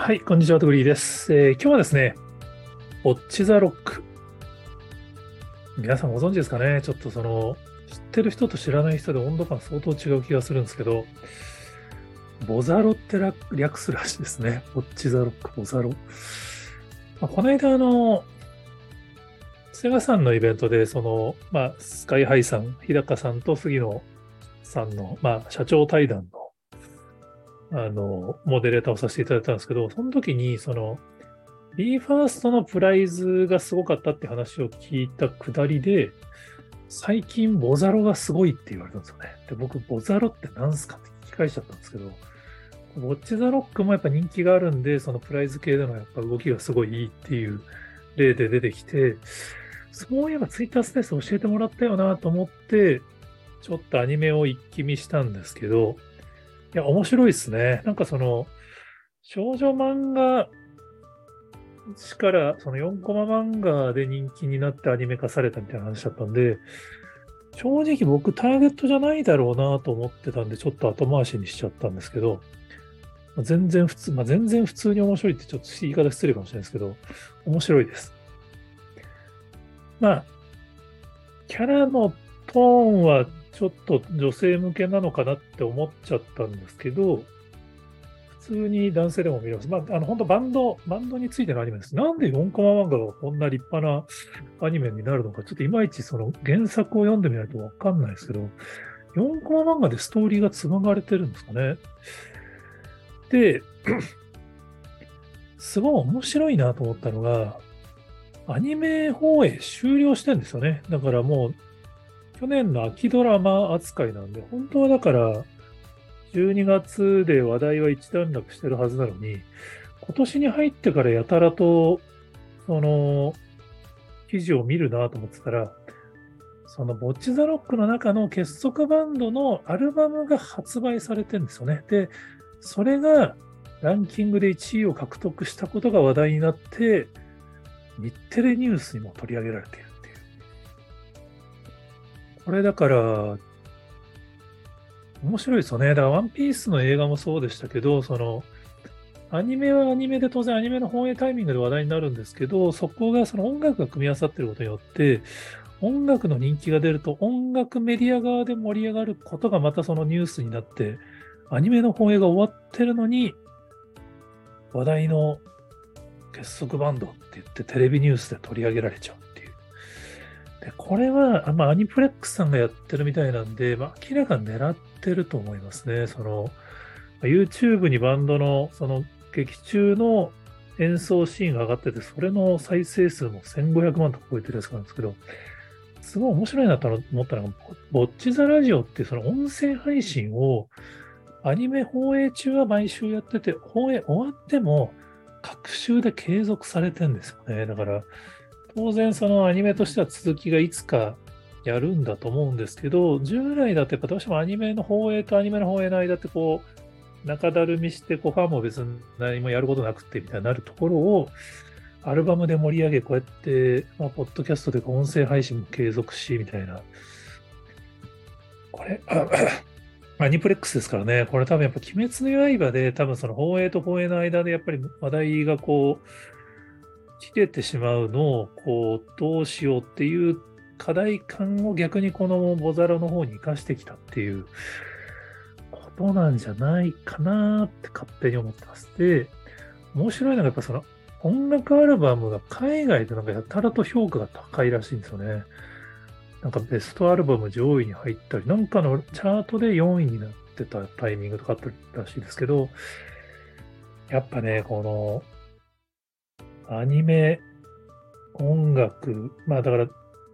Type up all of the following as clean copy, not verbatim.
はい、こんにちは、トグリーです。今日はですね、ボッチザロック。皆さんご存知ですかね。ちょっと知ってる人と知らない人で温度感相当違う気がするんですけど、ボザロって略すらしいですね。ボッチザロック、ボザロ。この間、セガさんのイベントで、スカイハイさん、日高さんと杉野さんの、社長対談の、モデレーターをさせていただいたんですけど、その時に、b ファーストのプライズがすごかったって話を聞いたくだりで、最近ボザロがすごいって言われたんですよね。で、僕、ボザロって何すかって聞き返しちゃったんですけど、ボッチザロックもやっぱ人気があるんで、そのプライズ系でのやっぱ動きがすごいいいっていう例で出てきて、そういえばツイッタースペース教えてもらったよなと思って、ちょっとアニメを一気見したんですけど、いや、面白いですね。少女漫画からその4コマ漫画で人気になってアニメ化されたみたいな話だったんで、正直僕ターゲットじゃないだろうなと思ってたんで、ちょっと後回しにしちゃったんですけど、全然普通に面白いってちょっと言い方失礼かもしれないですけど、面白いです。まあ、キャラのトーンはちょっと女性向けなのかなって思っちゃったんですけど、普通に男性でも見れます。本当バンドについてのアニメです。なんで4コマ漫画がこんな立派なアニメになるのか、ちょっといまいちその原作を読んでみないとわかんないですけど、4コマ漫画でストーリーが紡がれてるんですかね。で、すごい面白いなと思ったのが、アニメ放映終了してるんですよね。だからもう、去年の秋ドラマ扱いなんで、本当はだから、12月で話題は一段落してるはずなのに、今年に入ってからやたらと、その、記事を見るなと思ってたら、そのボッチザロックの中の結束バンドのアルバムが発売されてるんですよね。で、それがランキングで1位を獲得したことが話題になって、日テレニュースにも取り上げられているっていう。これだから、面白いですよね。だからワンピースの映画もそうでしたけど、アニメはアニメで当然アニメの放映タイミングで話題になるんですけど、そこがその音楽が組み合わさっていることによって、音楽の人気が出ると音楽メディア側で盛り上がることがまたそのニュースになって、アニメの放映が終わってるのに、話題の結束バンドって言ってテレビニュースで取り上げられちゃうっていう。で、これは、アニプレックスさんがやってるみたいなんで、明らかに狙ってると思いますね。YouTube にバンドの劇中の演奏シーンが上がってて、それの再生数も1500万とか超えてるやつがあるんですけど、すごい面白いなと思ったのが、ボッチザラジオっていうその音声配信をアニメ放映中は毎週やってて、放映終わっても各週で継続されてるんですよね。だから、当然そのアニメとしては続きがいつかやるんだと思うんですけど、従来だとやっぱどうしてもアニメの放映とアニメの放映の間って中だるみしてファンも別に何もやることなくてみたいになるところを、アルバムで盛り上げ、こうやって、ポッドキャストで音声配信も継続し、みたいな。これ、アニプレックスですからね。これ多分やっぱ鬼滅の刃で多分その放映と放映の間でやっぱり話題が切れてしまうのをどうしようっていう課題感を逆にこのボザロの方に生かしてきたっていうことなんじゃないかなって勝手に思ってます。で、面白いのがやっぱその音楽アルバムが海外でなんかやたらと評価が高いらしいんですよね。なんかベストアルバム上位に入ったり、なんかのチャートで4位になってたタイミングとかあったらしいですけど、やっぱね、このアニメ、音楽、だから、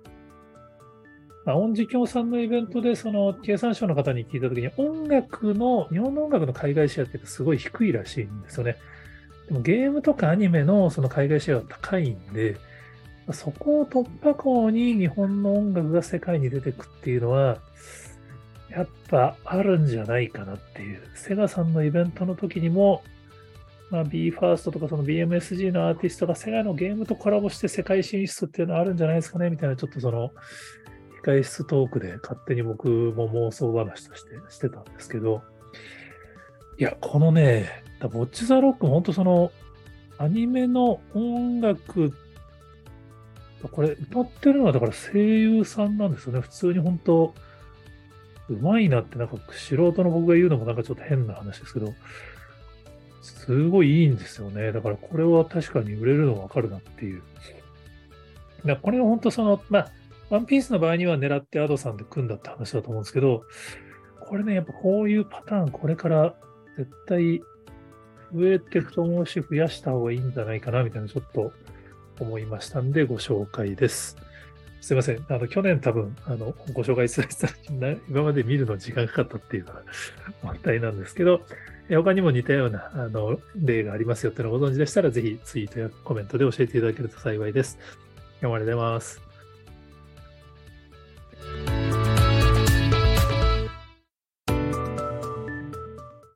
音次協さんのイベントで、その経産省の方に聞いたときに、日本の音楽の海外シェアってすごい低いらしいんですよね。でもゲームとかアニメのその海外シェアは高いんで、そこを突破口に日本の音楽が世界に出てくっていうのは、やっぱあるんじゃないかなっていう。セガさんのイベントの時にも、BE:FIRST とかその BMSG のアーティストがセガのゲームとコラボして世界進出っていうのはあるんじゃないですかねみたいな、ちょっと控室トークで勝手に僕も妄想話としてしてたんですけど、 いや、このね、ウォッチ・ザ・ロックも本当その、アニメの音楽、これ歌ってるのはだから声優さんなんですよね。普通に本当、うまいなってなんか素人の僕が言うのもなんかちょっと変な話ですけど、すごいいいんですよね。だからこれは確かに売れるのわかるなっていう。これは本当その、ワンピースの場合には狙ってアドさんで組んだって話だと思うんですけど、これね、やっぱこういうパターン、これから絶対増えていくと思うし、増やした方がいいんじゃないかな、みたいなちょっと思いましたんで、ご紹介です。すいません。去年多分、ご紹介されてた今まで見るの時間かかったっていうのが問題なんですけど、他にも似たような、例がありますよっていうのをご存知でしたら、ぜひツイートやコメントで教えていただけると幸いです。今日もありがとうございます。